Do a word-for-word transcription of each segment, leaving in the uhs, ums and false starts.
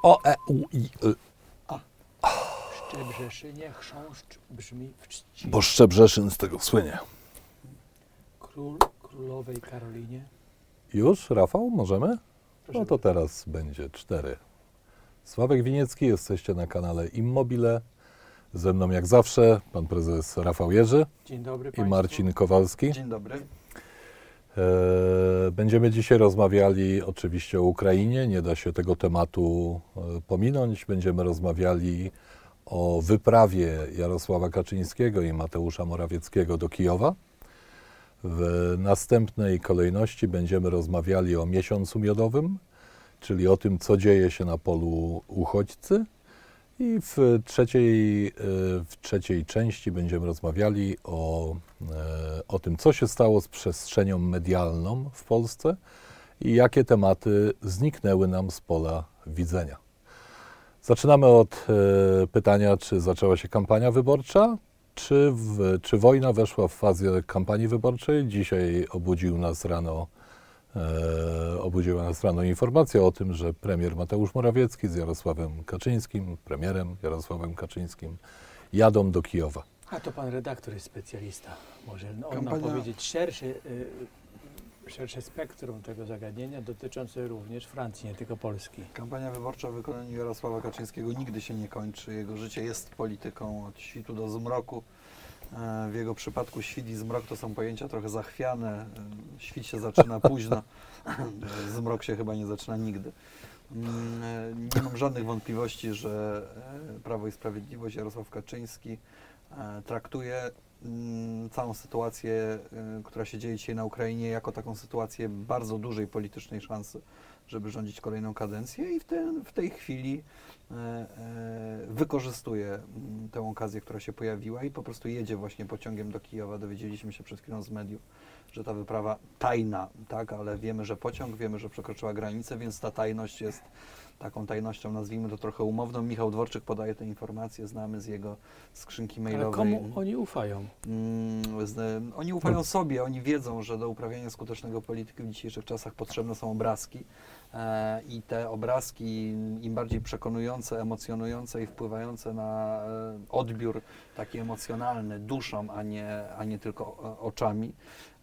O, E, U, I, Y. A. W Szczebrzeszynie chrząszcz brzmi w czci. Bo Szczebrzeszyn z tego słynie. Król królowej Karolinie. Już, Rafał, możemy? Proszę No to teraz będzie cztery. Sławek Winiecki, jesteście na kanale Immobile. Ze mną jak zawsze pan prezes Rafał Jerzy Dzień dobry i państwu. Marcin Kowalski. Dzień dobry. E, będziemy dzisiaj rozmawiali oczywiście o Ukrainie. Nie da się tego tematu e, pominąć. Będziemy rozmawiali o wyprawie Jarosława Kaczyńskiego i Mateusza Morawieckiego do Kijowa. W następnej kolejności będziemy rozmawiali o miesiącu miodowym, czyli o tym, co dzieje się na polu uchodźcy. I w trzeciej, w trzeciej części będziemy rozmawiali o, o tym, co się stało z przestrzenią medialną w Polsce i jakie tematy zniknęły nam z pola widzenia. Zaczynamy od pytania, czy zaczęła się kampania wyborcza, czy, w, czy wojna weszła w fazę kampanii wyborczej. Dzisiaj obudził nas rano E, obudziła nas rano informacja o tym, że premier Mateusz Morawiecki z Jarosławem Kaczyńskim, premierem Jarosławem Kaczyńskim, jadą do Kijowa. A to pan redaktor jest specjalista. Może on Kampania... nam powiedzieć szerszy, y, szersze spektrum tego zagadnienia dotyczące również Francji, nie tylko Polski. Kampania wyborcza w wykonaniu Jarosława Kaczyńskiego nigdy się nie kończy. Jego życie jest polityką od świtu do zmroku. W jego przypadku świt i zmrok to są pojęcia trochę zachwiane. Świt się zaczyna późno, zmrok się chyba nie zaczyna nigdy. Nie mam żadnych wątpliwości, że Prawo i Sprawiedliwość, Jarosław Kaczyński traktuje całą sytuację, która się dzieje dzisiaj na Ukrainie, jako taką sytuację bardzo dużej politycznej szansy, żeby rządzić kolejną kadencję i w, ten, w tej chwili e, e, wykorzystuje tę okazję, która się pojawiła i po prostu jedzie właśnie pociągiem do Kijowa. Dowiedzieliśmy się przed chwilą z mediów, że ta wyprawa tajna, tak, ale wiemy, że pociąg, wiemy, że przekroczyła granicę, więc ta tajność jest taką tajnością, nazwijmy to trochę umowną. Michał Dworczyk podaje te informacje, znamy z jego skrzynki mailowej. Ale komu oni ufają? Mm, z, oni ufają sobie, oni wiedzą, że do uprawiania skutecznego polityki w dzisiejszych czasach potrzebne są obrazki e, i te obrazki im bardziej przekonujące, emocjonujące i wpływające na e, odbiór taki emocjonalny, duszą, a nie, a nie tylko o, oczami,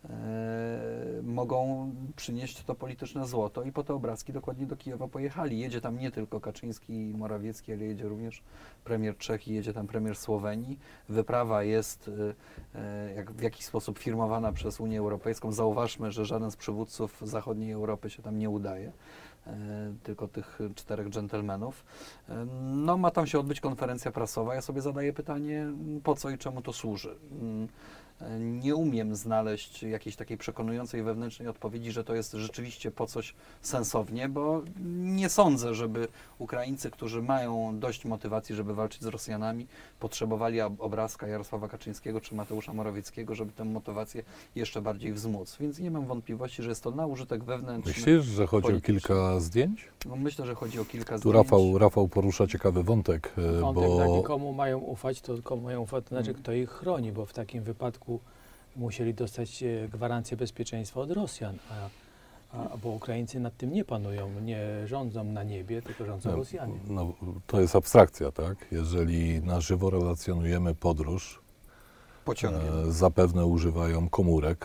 E, mogą przynieść to polityczne złoto i po te obrazki dokładnie do Kijowa pojechali. Jedzie tam nie tylko Kaczyński i Morawiecki, ale jedzie również premier Czech i jedzie tam premier Słowenii. Wyprawa jest e, jak, w jakiś sposób firmowana przez Unię Europejską. Zauważmy, że żaden z przywódców zachodniej Europy się tam nie udaje. E, tylko tych czterech dżentelmenów. E, no ma tam się odbyć konferencja prasowa. Ja sobie zadaję pytanie, po co i czemu to służy. Nie umiem znaleźć jakiejś takiej przekonującej wewnętrznej odpowiedzi, że to jest rzeczywiście po coś sensownie, bo nie sądzę, żeby Ukraińcy, którzy mają dość motywacji, żeby walczyć z Rosjanami, potrzebowali obrazka Jarosława Kaczyńskiego czy Mateusza Morawieckiego, żeby tę motywację jeszcze bardziej wzmóc. Więc nie mam wątpliwości, że jest to na użytek wewnętrzny. Myślisz, że chodzi o kilka zdjęć? No, myślę, że chodzi o kilka Tu zdjęć. Rafał, Rafał porusza ciekawy wątek, Wątek bo... taki, komu mają ufać, to komu mają ufać, to znaczy kto ich chroni, bo w takim wypadku musieli dostać gwarancję bezpieczeństwa od Rosjan, a, a, bo Ukraińcy nad tym nie panują, nie rządzą na niebie, tylko rządzą no, Rosjanie. No, to jest abstrakcja, tak? Jeżeli na żywo relacjonujemy podróż, Pociągiem. e, zapewne używają komórek,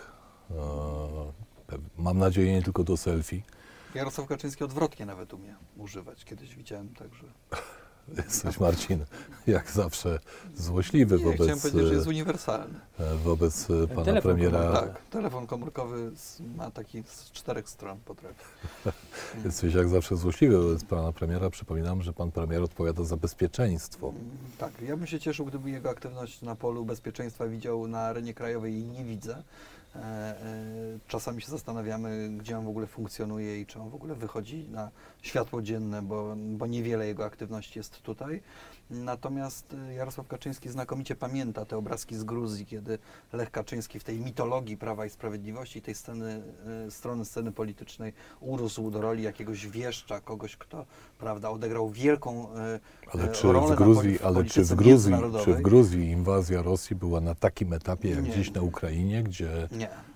e, mam nadzieję nie tylko do selfie. Jarosław Kaczyński odwrotnie nawet umie używać. Kiedyś widziałem także. Jesteś, Marcin, jak zawsze złośliwy Nie, wobec, chciałem powiedzieć, że jest uniwersalny. wobec pana telefon premiera. komórkowy. Tak, telefon komórkowy z, ma taki z czterech stron potrafi. Jesteś jak zawsze złośliwy wobec pana premiera. Przypominam, że pan premier odpowiada za bezpieczeństwo. Mm, Tak, ja bym się cieszył, gdyby jego aktywność na polu bezpieczeństwa widział na arenie krajowej i nie widzę. E, e, czasami się zastanawiamy, gdzie on w ogóle funkcjonuje i czy on w ogóle wychodzi na światło dzienne, bo, bo niewiele jego aktywności jest tutaj. Natomiast Jarosław Kaczyński znakomicie pamięta te obrazki z Gruzji, kiedy Lech Kaczyński w tej mitologii Prawa i Sprawiedliwości, tej sceny, e, strony sceny politycznej urósł do roli jakiegoś wieszcza, kogoś, kto, prawda, odegrał wielką e, Ale e, czy rolę w Gruzji, na poli- w ale czy w polityce Gruzji, międzynarodowej. czy w Gruzji inwazja Rosji była na takim etapie jak Nie. dziś na Ukrainie, gdzie Nie.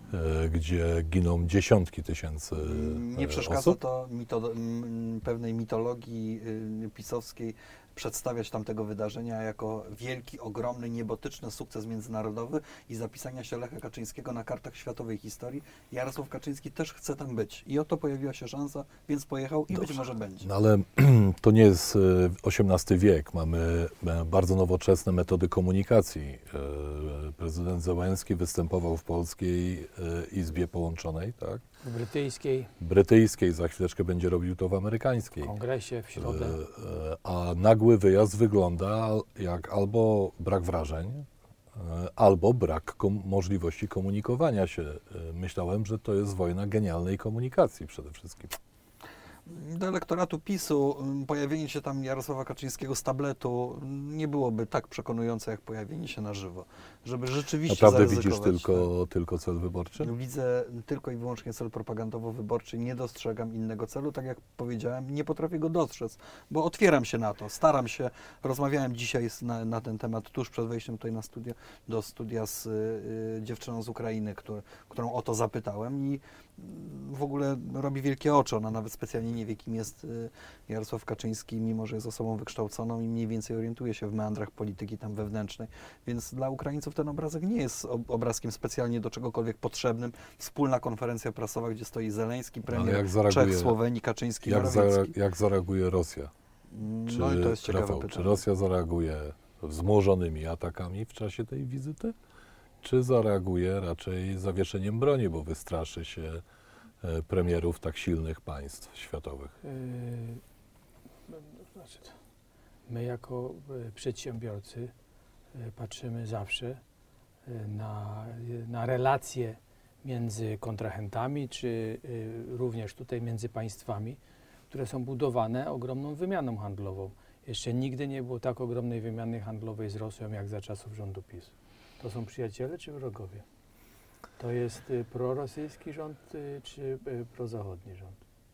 e, gdzie giną dziesiątki tysięcy Nie e, przeszkadza osób. to mito, m, pewnej mitologii y, pisowskiej przedstawiać tamtego wydarzenia jako wielki, ogromny, niebotyczny sukces międzynarodowy i zapisania się Lecha Kaczyńskiego na kartach światowej historii. Jarosław Kaczyński też chce tam być. I oto pojawiła się szansa, więc pojechał i być może będzie. No ale to nie jest e, osiemnasty wiek. Mamy e, bardzo nowoczesne metody komunikacji. E, Prezydent Zełenski występował w Polskiej e, Izbie Połączonej, tak? W brytyjskiej, Brytyjskiej, za chwileczkę będzie robił to w amerykańskiej. w kongresie w środę. E, e, A nagły wyjazd wygląda jak albo brak wrażeń, e, albo brak kom- możliwości komunikowania się. E, Myślałem, że to jest wojna genialnej komunikacji przede wszystkim. Do elektoratu PiSu m, pojawienie się tam Jarosława Kaczyńskiego z tabletu m, nie byłoby tak przekonujące, jak pojawienie się na żywo. Żeby rzeczywiście Naprawdę widzisz zaryzykować, tylko, tylko cel wyborczy? tak. Widzę tylko i wyłącznie cel propagandowo-wyborczy, nie dostrzegam innego celu. Tak jak powiedziałem, nie potrafię go dostrzec, bo otwieram się na to, staram się. Rozmawiałem dzisiaj z- na, na ten temat tuż przed wejściem tutaj na studio, do studia z y, y, dziewczyną z Ukrainy, który, którą o to zapytałem i mm, w ogóle robi wielkie oczy. Ona nawet specjalnie nie wie, kim jest y, Jarosław Kaczyński, mimo że jest osobą wykształconą i mniej więcej orientuje się w meandrach polityki tam wewnętrznej. Więc dla Ukraińców ten obrazek nie jest ob- obrazkiem specjalnie do czegokolwiek potrzebnym. Wspólna konferencja prasowa, gdzie stoi Zeleński, Ale premier jak Czech, zareaguje, Słowenii, Kaczyński, jak, Morawiecki. zare, jak zareaguje Rosja? Czy, No i to jest ciekawe Rafał, pytanie. czy Rosja zareaguje wzmożonymi atakami w czasie tej wizyty? Czy zareaguje raczej zawieszeniem broni, bo wystraszy się e, premierów tak silnych państw światowych? Yy, znaczy, my jako y, przedsiębiorcy y, patrzymy zawsze y, na, y, na relacje między kontrahentami, czy y, również tutaj między państwami, które są budowane ogromną wymianą handlową. Jeszcze nigdy nie było tak ogromnej wymiany handlowej z Rosją, jak za czasów rządu PiS. To są przyjaciele czy wrogowie? To jest y, prorosyjski rząd, y, czy y, prozachodni rząd?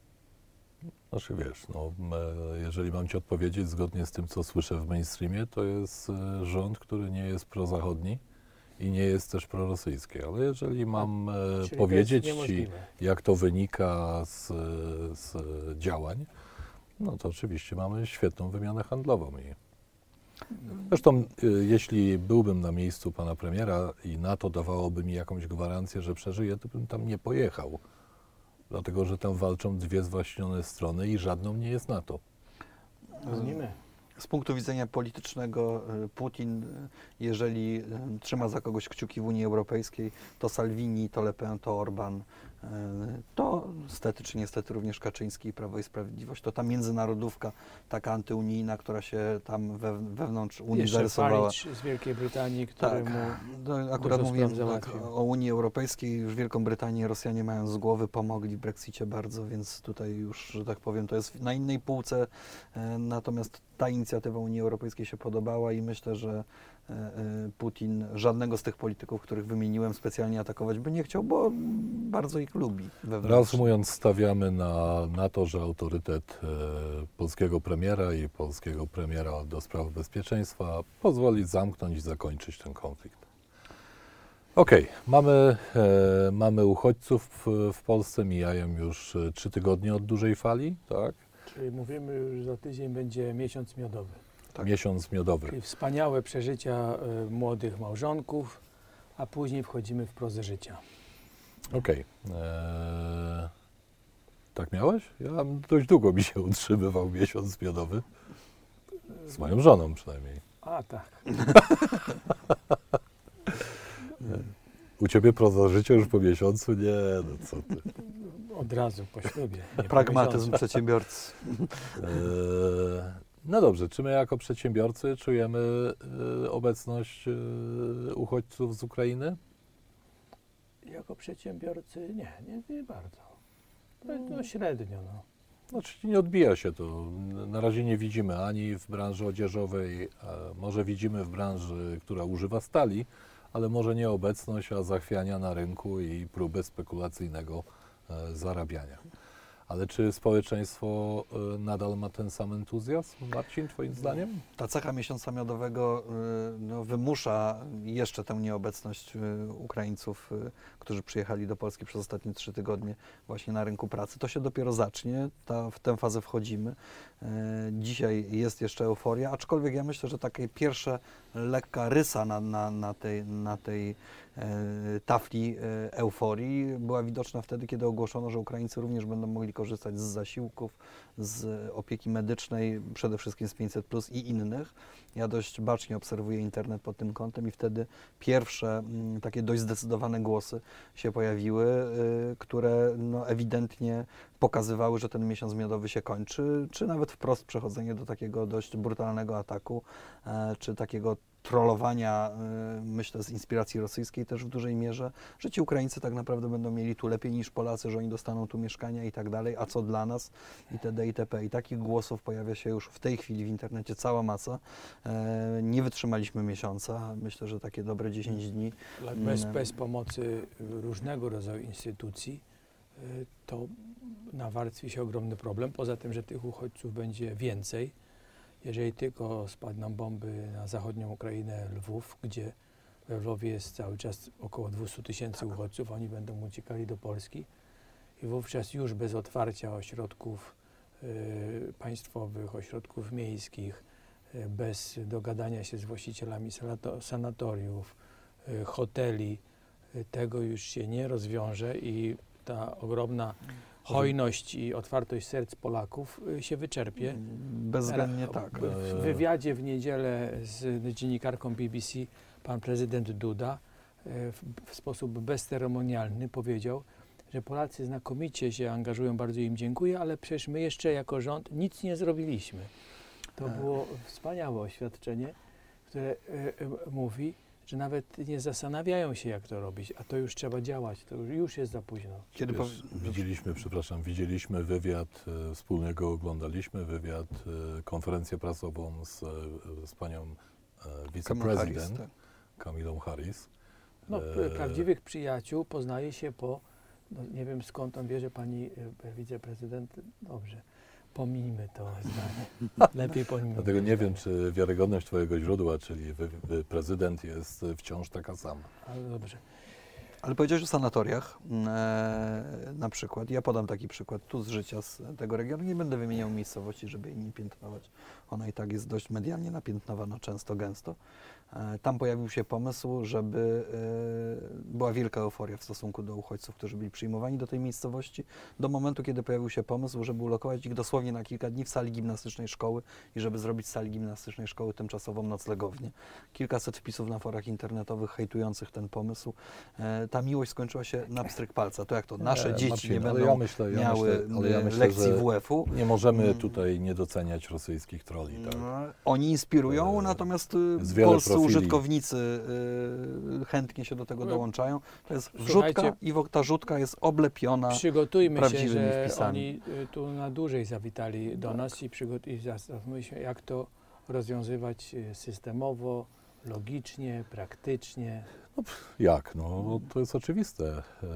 Znaczy wiesz, no, e, jeżeli mam ci odpowiedzieć zgodnie z tym, co słyszę w mainstreamie, to jest e, rząd, który nie jest prozachodni i nie jest też prorosyjski. Ale jeżeli mam e, Czyli powiedzieć to jest ci, niemożliwe. jak to wynika z, z działań, no to oczywiście mamy świetną wymianę handlową. I zresztą, y, jeśli byłbym na miejscu pana premiera i NATO dawałoby mi jakąś gwarancję, że przeżyję, to bym tam nie pojechał. Dlatego, że tam walczą dwie zwaśnione strony i żadną nie jest NATO. Rozumiemy. Z punktu widzenia politycznego y, Putin, y, jeżeli y, trzyma za kogoś kciuki w Unii Europejskiej, to Salvini, to Le Pen, to Orban, y, to stety czy niestety również Kaczyński i Prawo i Sprawiedliwość. To ta międzynarodówka, taka antyunijna, która się tam we, wewnątrz Unii Jeszcze zarysowała. Falić z Wielkiej Brytanii, Tak, któremu no, akurat dużo mówiłem spraw tak, załatwił. o Unii Europejskiej, już Wielką Brytanię Rosjanie mają z głowy, pomogli w Brexicie bardzo, więc tutaj już, że tak powiem, to jest na innej półce, e, natomiast ta inicjatywa Unii Europejskiej się podobała i myślę, że e, e, Putin żadnego z tych polityków, których wymieniłem, specjalnie atakować by nie chciał, bo bardzo ich lubi wewnętrznie. Reasumując, stawiamy na, na to, że autorytet e, polskiego premiera i polskiego premiera do spraw bezpieczeństwa pozwoli zamknąć i zakończyć ten konflikt. Okej, mamy, e, mamy uchodźców w, w Polsce, mijają już e, trzy tygodnie od dużej fali, tak? Czyli mówimy, już za tydzień będzie miesiąc miodowy. Tak. Miesiąc miodowy. Czyli wspaniałe przeżycia y, młodych małżonków, a później wchodzimy w prozę życia. Okej. Eee, Tak miałeś? Ja dość długo mi się utrzymywał miesiąc miodowy. Z moją żoną przynajmniej. A tak. U ciebie proza życia już po miesiącu? Nie, no co ty. Od razu po ślubie. nie po Pragmatyzm miesiącu. przedsiębiorcy. Eee, No dobrze, czy my jako przedsiębiorcy czujemy e, obecność e, uchodźców z Ukrainy? Jako przedsiębiorcy nie, nie, nie bardzo. No, no średnio, no. Znaczy nie odbija się to. Na razie nie widzimy ani w branży odzieżowej, a może widzimy w branży, która używa stali, ale może nie obecność, a zachwiania na rynku i próbę spekulacyjnego e, zarabiania. Ale czy społeczeństwo y, nadal ma ten sam entuzjazm, Marcin, twoim zdaniem? Ta cecha miesiąca miodowego y, no, wymusza jeszcze tę nieobecność y, Ukraińców, y, którzy przyjechali do Polski przez ostatnie trzy tygodnie właśnie na rynku pracy. To się dopiero zacznie, ta, w tę fazę wchodzimy. Y, dzisiaj jest jeszcze euforia, aczkolwiek ja myślę, że takie pierwsze lekka rysa na, na, na tej, na tej y, tafli y, euforii była widoczna wtedy, kiedy ogłoszono, że Ukraińcy również będą mogli korzystać z zasiłków, z opieki medycznej, przede wszystkim z pięćset plus i innych. Ja dość bacznie obserwuję internet pod tym kątem i wtedy pierwsze m, takie dość zdecydowane głosy się pojawiły, y, które no, ewidentnie pokazywały, że ten miesiąc miodowy się kończy, czy nawet wprost przechodzenie do takiego dość brutalnego ataku, e, czy takiego trollowania, y, myślę, z inspiracji rosyjskiej też w dużej mierze, że ci Ukraińcy tak naprawdę będą mieli tu lepiej niż Polacy, że oni dostaną tu mieszkania i tak dalej, a co dla nas itd. itp. I takich głosów pojawia się już w tej chwili w internecie cała masa. E, nie wytrzymaliśmy miesiąca, myślę, że takie dobre dziesięć dni. Ale bez, bez pomocy różnego rodzaju instytucji y, to nawarstwi się ogromny problem. Poza tym, że tych uchodźców będzie więcej. Jeżeli tylko spadną bomby na zachodnią Ukrainę, Lwów, gdzie we Lwowie jest cały czas około dwieście tysięcy uchodźców, oni będą uciekali do Polski i wówczas już bez otwarcia ośrodków y, państwowych, ośrodków miejskich, y, bez dogadania się z właścicielami sanato- sanatoriów, y, hoteli, y, tego już się nie rozwiąże i ta ogromna hojność i otwartość serc Polaków y, się wyczerpie. Bezwzględnie tak. W wywiadzie w niedzielę z dziennikarką B B C pan prezydent Duda y, w, w sposób bezceremonialny powiedział, że Polacy znakomicie się angażują, bardzo im dziękuję, ale przecież my jeszcze jako rząd nic nie zrobiliśmy. To było wspaniałe oświadczenie, które y, y, mówi, że nawet nie zastanawiają się, jak to robić, a to już trzeba działać, to już jest za późno. Kiedy Wiesz, powi- widzieliśmy, przepraszam, widzieliśmy wywiad, e, wspólnie go oglądaliśmy, wywiad, e, konferencję prasową z, e, z panią e, Kamala wiceprezydent Harris, tak. Kamilą Harris. No, E, prawdziwych przyjaciół poznaje się po, no, nie wiem skąd on wie, że pani e, wiceprezydent, dobrze, pomijmy to zdanie, lepiej pomijmy. Dlatego nie wiem, czy wiarygodność twojego źródła, czyli wy, wy, prezydent jest wciąż taka sama. Ale dobrze. Ale powiedziałeś o sanatoriach e, na przykład. Ja podam taki przykład tu z życia z tego regionu. Nie będę wymieniał miejscowości, żeby jej nie piętnować. Ona i tak jest dość medialnie napiętnowana, często, gęsto. E, tam pojawił się pomysł, żeby e, była wielka euforia w stosunku do uchodźców, którzy byli przyjmowani do tej miejscowości, do momentu, kiedy pojawił się pomysł, żeby ulokować ich dosłownie na kilka dni w sali gimnastycznej szkoły i żeby zrobić z sali gimnastycznej szkoły tymczasową noclegownię. Kilkaset wpisów na forach internetowych hejtujących ten pomysł. E, ta miłość skończyła się na pstryk palca. To jak to? Nasze E, dzieci Marcin, nie ale będą ja myślę, ja miały myślę, ale ja e, myślę, lekcji że W F-u. Nie możemy Mm. tutaj nie doceniać rosyjskich troli. Tak? No, oni inspirują, E, natomiast y, jest wiele polscy profili. użytkownicy y, chętnie się do tego No, dołączają. To jest słuchajcie, wrzutka i wo- ta rzutka jest oblepiona. Przygotujmy się, prawdziwymi że wpisami. oni y, tu na dłużej zawitali do nas i, przygot- i zastanówmy się, jak to rozwiązywać y, systemowo, logicznie, praktycznie. Jak? No to jest oczywiste. E,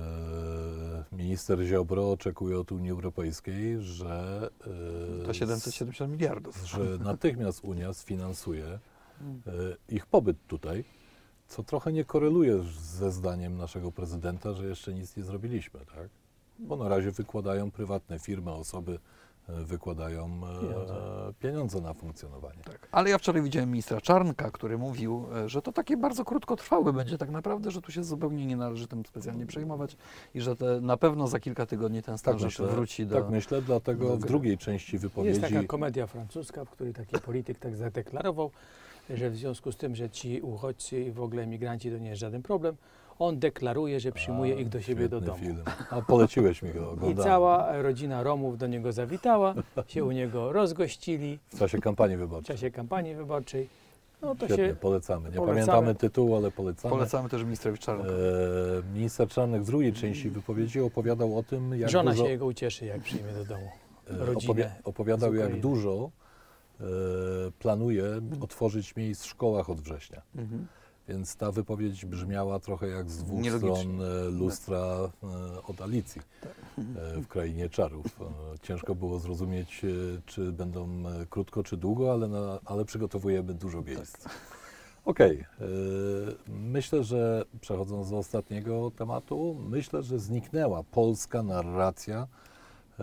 Minister Ziobro oczekuje od Unii Europejskiej, że, e, To siedemset siedemdziesiąt miliardów. że natychmiast Unia sfinansuje e, ich pobyt tutaj, co trochę nie koreluje ze zdaniem naszego prezydenta, że jeszcze nic nie zrobiliśmy, tak? Bo na razie wykładają prywatne firmy, osoby e, wykładają e, Pieniądze. pieniądze na funkcjonowanie. Tak. Ale ja wczoraj widziałem ministra Czarnka, który mówił, e, że to takie bardzo krótkotrwałe będzie tak naprawdę, że tu się zupełnie nie należy tym specjalnie przejmować i że te, na pewno za kilka tygodni ten stan Tak rzeczy myślę, wróci do... tak myślę, dlatego do w gry. drugiej części wypowiedzi... Jest taka komedia francuska, w której taki polityk tak zadeklarował, że w związku z tym, że ci uchodźcy i w ogóle emigranci to nie jest żaden problem, on deklaruje, że przyjmuje A, ich do siebie do świetny domu. Film. A poleciłeś mi go, I oglądałem. cała rodzina Romów do niego zawitała, się u niego rozgościli W czasie kampanii w wyborczej. czasie kampanii wyborczej. No to Świetnie, się polecamy. Nie polecamy. pamiętamy tytułu, ale polecamy. Polecamy też ministrowi Czarnkowi. E, minister Czarnek w drugiej części wypowiedzi opowiadał o tym, jak żona dużo, się jego ucieszy, jak przyjmie do domu e, rodzinę. opowiadał, z jak Ukrainy. dużo e, planuje otworzyć miejsc w szkołach od września. Mhm. Więc ta wypowiedź brzmiała trochę jak z dwóch Nielogicznie. stron e, lustra e, od Alicji e, w Krainie Czarów. E, Ciężko było zrozumieć, e, czy będą e, krótko, czy długo, ale, na, ale przygotowujemy dużo miejsc. Okej. e, Myślę, że przechodząc do ostatniego tematu, myślę, że zniknęła polska narracja, e,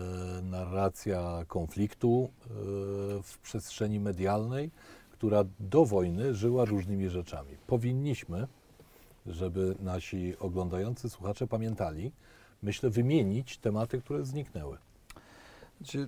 narracja konfliktu e, w przestrzeni medialnej, która do wojny żyła różnymi rzeczami. Powinniśmy, żeby nasi oglądający słuchacze pamiętali, myślę, wymienić tematy, które zniknęły. Znaczy,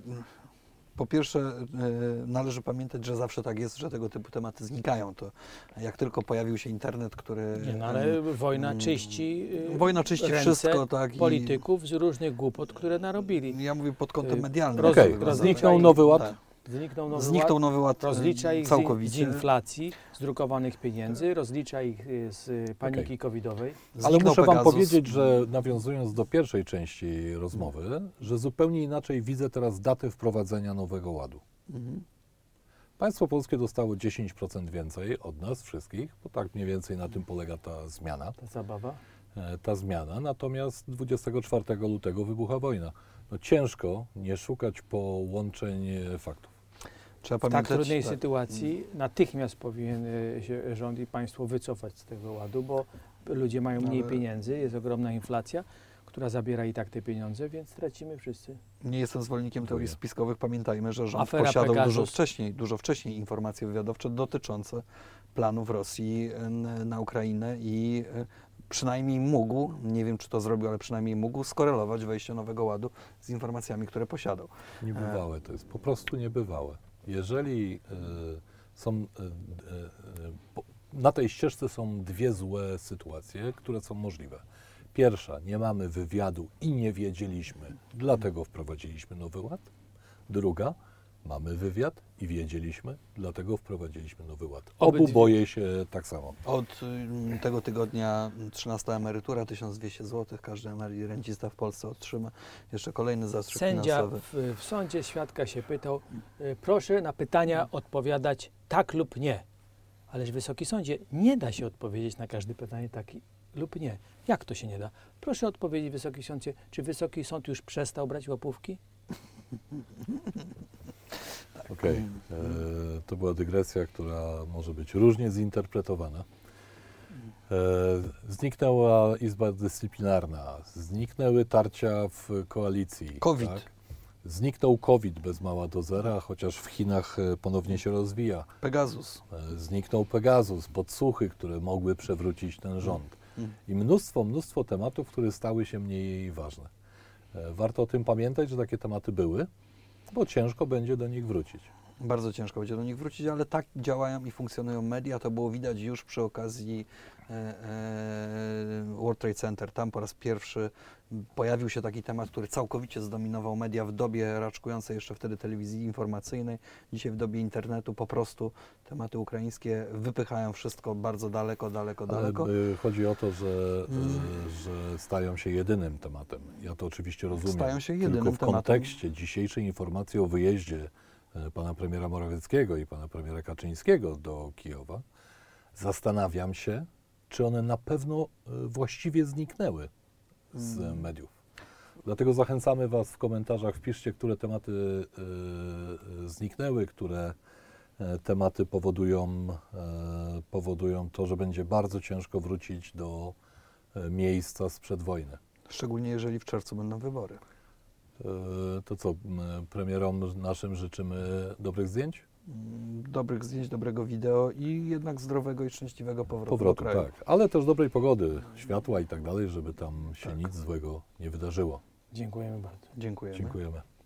po pierwsze, e, należy pamiętać, że zawsze tak jest, że tego typu tematy znikają. To jak tylko pojawił się internet, który... Nie, no ale wojna mm, czyści, y, Wojna czyści ręce wszystko, tak. i- polityków z różnych głupot, które narobili. Ja mówię pod kątem Y, medialnym. roz- jak to Okej, wygląda. zniknął Nowy Ład. Tak. Zniknął nowy Zniknął ład, Nowy Ład rozlicza ich z, in, z całkowicie. inflacji, z drukowanych pieniędzy, rozlicza ich y, z y, paniki Okej. covidowej. Ale Zniknął muszę Wam Pegasus. powiedzieć, że nawiązując do pierwszej części rozmowy, że zupełnie inaczej widzę teraz datę wprowadzenia Nowego Ładu. Mhm. Państwo polskie dostało dziesięć procent więcej od nas wszystkich, bo tak mniej więcej na tym polega ta zmiana. Ta zabawa. e, ta zmiana, natomiast dwudziestego czwartego lutego wybucha wojna. No ciężko nie szukać połączeń e, faktów. Trzeba W tak pamiętać, trudnej tak. sytuacji natychmiast powinien y, się rząd i państwo wycofać z tego ładu, bo ludzie mają mniej Ale- pieniędzy, jest ogromna inflacja, która zabiera i tak te pieniądze, więc tracimy wszyscy. Nie jestem zwolennikiem teorii Dziękuję. spiskowych. Pamiętajmy, że rząd Afera posiadał dużo Pegasus. wcześniej, dużo wcześniej informacje wywiadowcze dotyczące planów Rosji n- na Ukrainę i e, przynajmniej mógł, nie wiem czy to zrobił, ale przynajmniej mógł skorelować wejście Nowego Ładu z informacjami, które posiadał. Niebywałe to jest, po prostu niebywałe. Jeżeli e, są, e, e, e, po, na tej ścieżce są dwie złe sytuacje, które są możliwe. Pierwsza, nie mamy wywiadu i nie wiedzieliśmy, dlatego wprowadziliśmy Nowy Ład. Druga, mamy wywiad i wiedzieliśmy, dlatego wprowadziliśmy Nowy Ład. Obu Obydwie. boję się tak samo. Od y, tego tygodnia trzynasta emerytura, tysiąc dwieście złotych, każdy emeryt i rencista w Polsce otrzyma jeszcze kolejny zastrzyk Sędzia finansowy. w, w sądzie świadka się pytał, y, proszę na pytania odpowiadać tak lub nie. Ależ Wysoki Sądzie, nie da się odpowiedzieć na każde pytanie tak i- lub nie. Jak to się nie da? Proszę odpowiedzieć Wysoki Sądzie, czy Wysoki Sąd już przestał brać łapówki? Okej, e, to była dygresja, która może być różnie zinterpretowana. E, zniknęła Izba Dyscyplinarna, zniknęły tarcia w koalicji. COVID. Tak? Zniknął COVID bez mała do zera, chociaż w Chinach e, ponownie się rozwija. Pegasus. E, Zniknął Pegasus, podsłuchy, które mogły przewrócić ten rząd. Mm. I mnóstwo, mnóstwo tematów, które stały się mniej ważne. E, Warto o tym pamiętać, że takie tematy były, bo ciężko będzie do nich wrócić. Bardzo ciężko będzie do nich wrócić, ale tak działają i funkcjonują media. To było widać już przy okazji e, e, World Trade Center. Tam po raz pierwszy pojawił się taki temat, który całkowicie zdominował media w dobie raczkującej jeszcze wtedy telewizji informacyjnej. Dzisiaj w dobie internetu po prostu tematy ukraińskie wypychają wszystko bardzo daleko, daleko, Ale daleko. y, chodzi o to, że, Mm. y, że stają się jedynym tematem. Ja to oczywiście rozumiem. Stają się Tylko jedynym w tematem. kontekście dzisiejszej informacji o wyjeździe e, pana premiera Morawieckiego i pana premiera Kaczyńskiego do Kijowa, zastanawiam się, czy one na pewno e, właściwie zniknęły z Mm. mediów. Dlatego zachęcamy Was w komentarzach, wpiszcie, które tematy e, e, zniknęły, które e, tematy powodują, e, powodują to, że będzie bardzo ciężko wrócić do e, miejsca sprzed wojny. Szczególnie jeżeli w czerwcu będą wybory. E, To co, m, premierom naszym życzymy dobrych zdjęć? Mm, Dobrych zdjęć, dobrego wideo i jednak zdrowego i szczęśliwego powrotu, Powrotu, do kraju. tak. Ale też dobrej pogody, światła i tak dalej, żeby tam się nic złego nie wydarzyło. Dziękujemy bardzo. Dziękujemy. Dziękujemy.